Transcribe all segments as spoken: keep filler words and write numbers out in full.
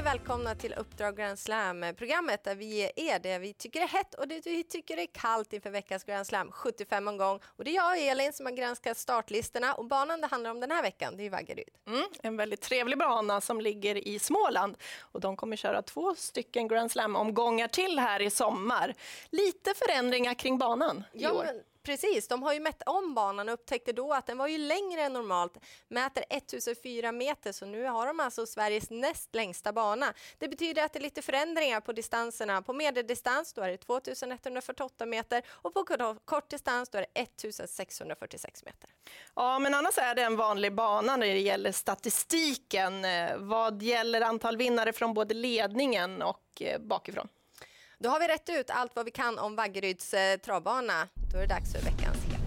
välkomna till Uppdrag Grand Slam-programmet där vi är det vi tycker är hett och det vi tycker är kallt inför veckans Grand Slam sjuttiofem omgång. Och det är jag och Elin som har granskat startlistorna och banan det handlar om den här veckan, det är Vaggeryd. Mm, en väldigt trevlig bana som ligger i Småland och de kommer köra två stycken Grand Slam-omgångar till här i sommar. Lite förändringar kring banan i ja, år. Men... Precis, de har ju mätt om banan och upptäckte då att den var ju längre än normalt. Mäter ettusenfyra meter, så nu har de alltså Sveriges näst längsta bana. Det betyder att det är lite förändringar på distanserna. På medeldistans då är det tvåtusenetthundrafyrtioåtta meter och på kort distans då är det ettusensexhundrafyrtiosex meter. Ja, men annars är det en vanlig bana när det gäller statistiken. Vad gäller antal vinnare från både ledningen och bakifrån? Då har vi rätt ut allt vad vi kan om Vaggeryds eh, travbana. Då är det dags för veckans heta.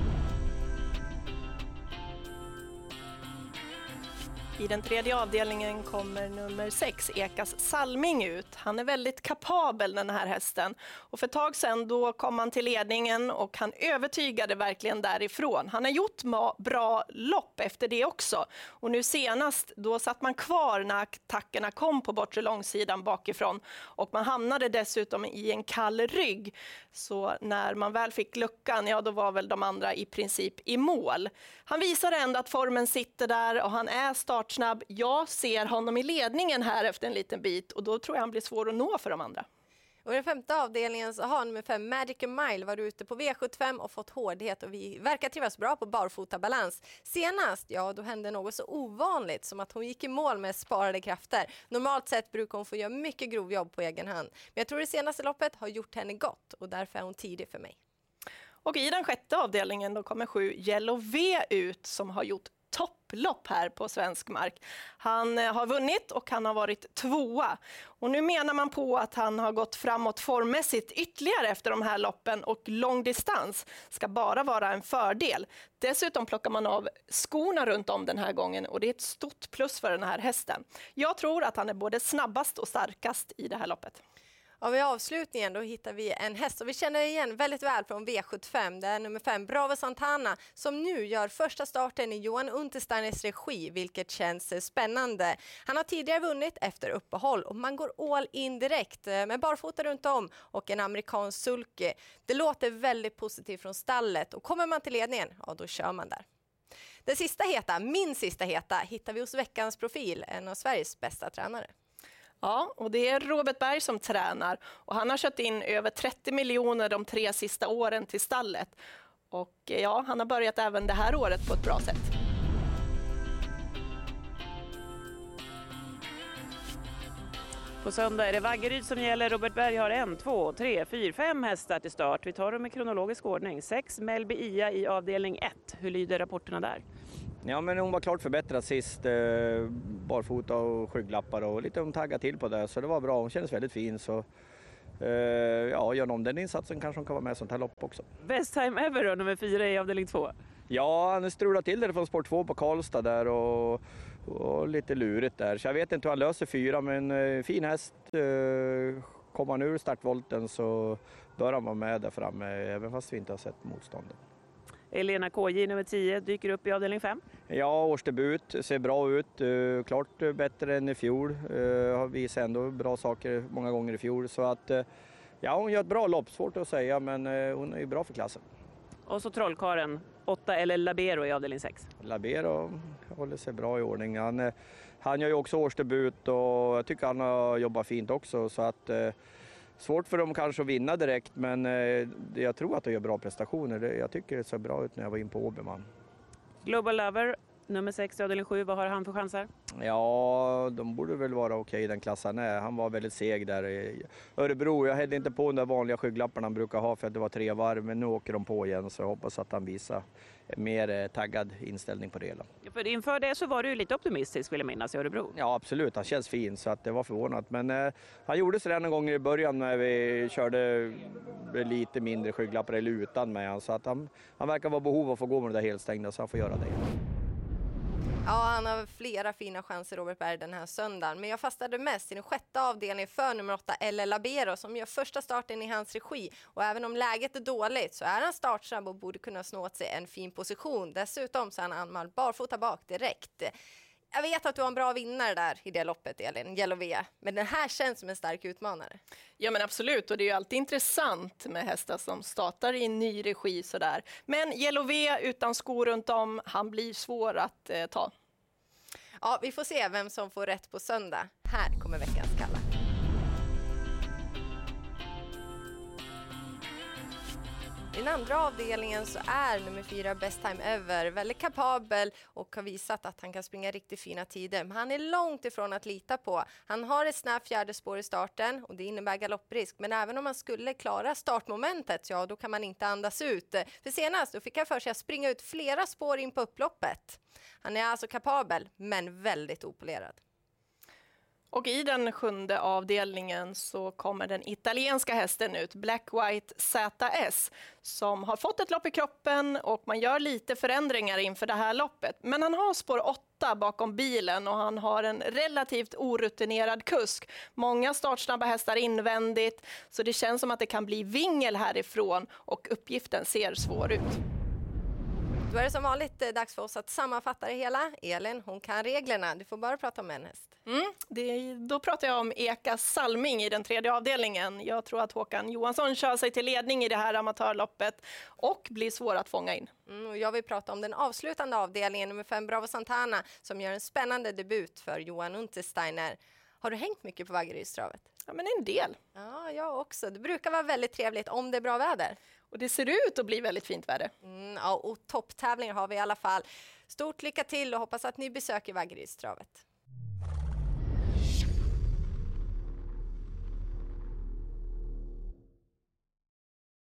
I den tredje avdelningen kommer nummer sex, Ekas Salming, ut. Han är väldigt kapabel den här hästen. Och för ett tag sedan då kom han till ledningen och han övertygade verkligen därifrån. Han har gjort bra lopp efter det också. Och nu senast då satt man kvar när attackerna kom på bortre långsidan bakifrån. Och man hamnade dessutom i en kall rygg. Så när man väl fick luckan, ja då var väl de andra i princip i mål. Han visar ändå att formen sitter där och han är start snabb. Jag ser honom i ledningen här efter en liten bit och då tror jag han blir svår att nå för de andra. Och i den femte avdelningen så har nummer fem Magic Mile varit ute på V sjuttiofem och fått hårdhet och vi verkar trivas bra på barfota balans. Senast, ja då hände något så ovanligt som att hon gick i mål med sparade krafter. Normalt sett brukar hon få göra mycket grovjobb på egen hand. Men jag tror det senaste loppet har gjort henne gott och därför är hon tidig för mig. Och i den sjätte avdelningen då kommer sju Yellow V ut som har gjort topplopp här på svensk mark. Han har vunnit och han har varit tvåa. Och nu menar man på att han har gått framåt formmässigt ytterligare efter de här loppen och långdistans ska bara vara en fördel. Dessutom plockar man av skorna runt om den här gången och det är ett stort plus för den här hästen. Jag tror att han är både snabbast och starkast i det här loppet. Och vid avslutningen då hittar vi en häst som vi känner igen väldigt väl från V sjuttiofem. Det är nummer fem Bravo Santana som nu gör första starten i Johan Untersteiners regi, vilket känns spännande. Han har tidigare vunnit efter uppehåll och man går all in direkt med barfota runt om och en amerikansk sulke. Det låter väldigt positivt från stallet och kommer man till ledningen, ja då kör man där. Den sista heta, min sista heta, hittar vi hos veckans profil, en av Sveriges bästa tränare. Ja, och det är Robert Berg som tränar och han har kört in över trettio miljoner de tre sista åren till stallet. Och ja, han har börjat även det här året på ett bra sätt. På söndag är det Vaggeryd som gäller. Robert Berg har en, två, tre, fyra, fem hästar till start. Vi tar dem i kronologisk ordning. Sex Melby Ia i avdelning ett. Hur lyder rapporterna där? Ja, men hon var klart förbättrad sist, eh, barfota och skygglappar och lite hon taggade till på det, så det var bra, hon kändes väldigt fin, så eh, ja, genom den insatsen kanske hon kan vara med i sånt här lopp också. Best time ever då, nummer fyra i avdelning två? Ja, han strulade till det från sport två på Karlstad där och, och lite lurigt där, så jag vet inte hur han löser fyra, men eh, fin häst, eh, kommer han ur startvolten så bör han vara med där framme, även fast vi inte har sett motståndet. Elena K J nummer tio dyker upp i avdelning fem. Ja, årsdebut, ser bra ut, uh, klart bättre än i fjol. Uh, har visat ändå bra saker många gånger i fjol. Så att, uh, ja, hon gör ett bra lopp, svårt att säga, men uh, hon är ju bra för klassen. Och så trollkaren, åtta eller Labero i avdelning sex. Labero håller sig bra i ordning. Han, uh, han gör ju också årsdebut och jag tycker han har jobbat fint också. Så att, uh, svårt för dem kanske att vinna direkt, men uh, jag tror att de gör bra prestationer. Det, jag tycker det ser bra ut när jag var in på Åbyman. Global Lover, nummer sex i avdelning sju, vad har han för chanser? Ja, de borde väl vara okej i den klassen är. Han var väldigt seg där i Örebro. Jag hällde inte på de där vanliga skygglapparna han brukar ha för att det var tre varv, men nu åker de på igen, så jag hoppas att han visar mer taggad inställning på det hela. För inför det så var du lite optimistisk, vill jag minnas, i Örebro. Ja, absolut. Han känns fin, så att det var förvånat. Men eh, han gjorde sig en gång i början när vi körde lite mindre skygglappar eller utan med han, så att han, han verkar vara behov av att få gå med det där helstängda, så han får göra det. Ja, han har flera fina chanser, Robert Berg, den här söndagen. Men jag fastade mest i den sjätte avdelningen för nummer åtta, L Labero, som gör första starten i hans regi. Och även om läget är dåligt så är han startsnabb och borde kunna snå åt sig en fin position. Dessutom så är han anmäld barfota bak direkt. Jag vet att du har en bra vinnare där i det loppet, Elin, Jelovea. Men den här känns som en stark utmanare. Ja men absolut, och det är ju alltid intressant med hästar som startar i ny regi sådär. Men Jelovea utan skor runt om, han blir svår att eh, ta. Ja, vi får se vem som får rätt på söndag. Här kommer veckans kalla. I den andra avdelningen så är nummer fyra Best Time Ever väldigt kapabel och har visat att han kan springa riktigt fina tider. Men han är långt ifrån att lita på. Han har ett snabbt fjärde spår i starten och det innebär galopprisk. Men även om man skulle klara startmomentet, ja då kan man inte andas ut. För senast då fick jag för sig att springa ut flera spår in på upploppet. Han är alltså kapabel men väldigt opolerad. Och i den sjunde avdelningen så kommer den italienska hästen ut, Black White Z S, som har fått ett lopp i kroppen och man gör lite förändringar inför det här loppet. Men han har spår åtta bakom bilen och han har en relativt orutinerad kusk. Många startsnabba hästar invändigt, så det känns som att det kan bli vingel härifrån och uppgiften ser svår ut. Då är det som vanligt dags för oss att sammanfatta det hela. Elin, hon kan reglerna. Du får bara prata om en häst. Mm, det, då pratar jag om Ekas Salming i den tredje avdelningen. Jag tror att Håkan Johansson kör sig till ledning i det här amatörloppet och blir svår att fånga in. Mm, och jag vill prata om den avslutande avdelningen, nummer fem Bravo Santana, som gör en spännande debut för Johan Untersteiner. Har du hängt mycket på Vaggerydstravet? Ja, men en del. Ja, jag också. Det brukar vara väldigt trevligt om det är bra väder. Och det ser ut att bli väldigt fint väder. Mm, ja, och topptävlingar har vi i alla fall. Stort lycka till och hoppas att ni besöker Vaggerydstravet.